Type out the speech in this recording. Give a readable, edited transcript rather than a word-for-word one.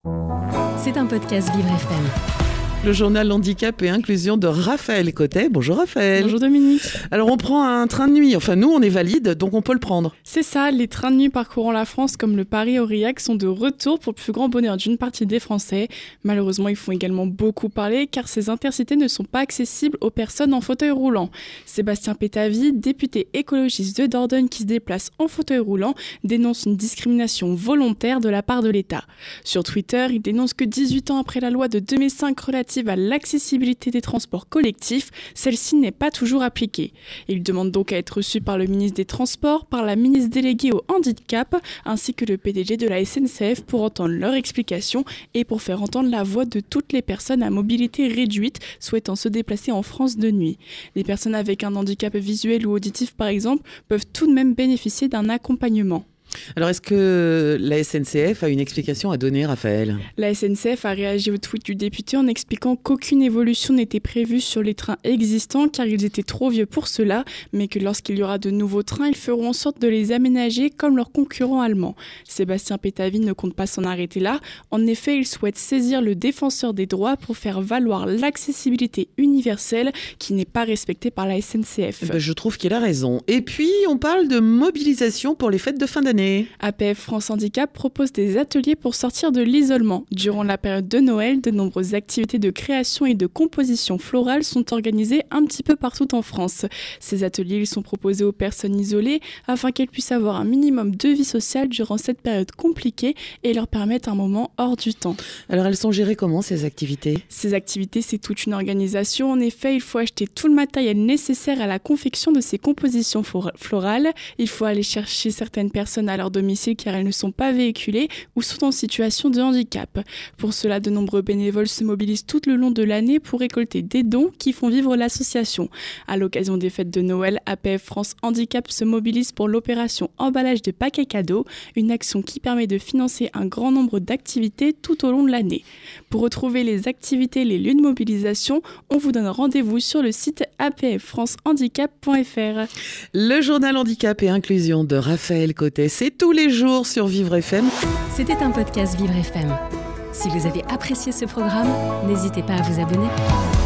C'est un podcast Vivre FM. Le journal Handicap et Inclusion de Raphaël Cotet. Bonjour Raphaël. Bonjour Dominique. Alors on prend un train de nuit, enfin nous on est valide, donc on peut le prendre. C'est ça, les trains de nuit parcourant la France comme le Paris-Aurillac sont de retour pour le plus grand bonheur d'une partie des Français. Malheureusement, ils font également beaucoup parler car ces intercités ne sont pas accessibles aux personnes en fauteuil roulant. Sébastien Pétavy, député écologiste de Dordogne qui se déplace en fauteuil roulant, dénonce une discrimination volontaire de la part de l'État. Sur Twitter, il dénonce que 18 ans après la loi de 2005 relative à l'accessibilité des transports collectifs, celle-ci n'est pas toujours appliquée. Il demande donc à être reçu par le ministre des Transports, par la ministre déléguée au handicap, ainsi que le PDG de la SNCF pour entendre leurs explications et pour faire entendre la voix de toutes les personnes à mobilité réduite souhaitant se déplacer en France de nuit. Les personnes avec un handicap visuel ou auditif par exemple peuvent tout de même bénéficier d'un accompagnement. Alors est-ce que la SNCF a une explication à donner, Raphaël ? La SNCF a réagi au tweet du député en expliquant qu'aucune évolution n'était prévue sur les trains existants car ils étaient trop vieux pour cela, mais que lorsqu'il y aura de nouveaux trains, ils feront en sorte de les aménager comme leurs concurrents allemands. Sébastien Pétavy ne compte pas s'en arrêter là. En effet, il souhaite saisir le défenseur des droits pour faire valoir l'accessibilité universelle qui n'est pas respectée par la SNCF. Je trouve qu'il a raison. Et puis, on parle de mobilisation pour les fêtes de fin d'année. APF France Handicap propose des ateliers pour sortir de l'isolement. Durant la période de Noël, de nombreuses activités de création et de composition florale sont organisées un petit peu partout en France. Ces ateliers ils sont proposés aux personnes isolées afin qu'elles puissent avoir un minimum de vie sociale durant cette période compliquée et leur permettre un moment hors du temps. Alors elles sont gérées comment ces activités ? Ces activités, c'est toute une organisation. En effet, il faut acheter tout le matériel nécessaire à la confection de ces compositions florales. Il faut aller chercher certaines personnes à leur domicile car elles ne sont pas véhiculées ou sont en situation de handicap. Pour cela, de nombreux bénévoles se mobilisent tout le long de l'année pour récolter des dons qui font vivre l'association. À l'occasion des fêtes de Noël, APF France Handicap se mobilise pour l'opération emballage de paquets cadeaux, une action qui permet de financer un grand nombre d'activités tout au long de l'année. Pour retrouver les activités et les lieux de mobilisation, on vous donne rendez-vous sur le site apffrancehandicap.fr. Le journal Handicap et Inclusion de Raphaël Cotet, c'est tous les jours sur Vivre FM. C'était un podcast Vivre FM. Si vous avez apprécié ce programme, n'hésitez pas à vous abonner.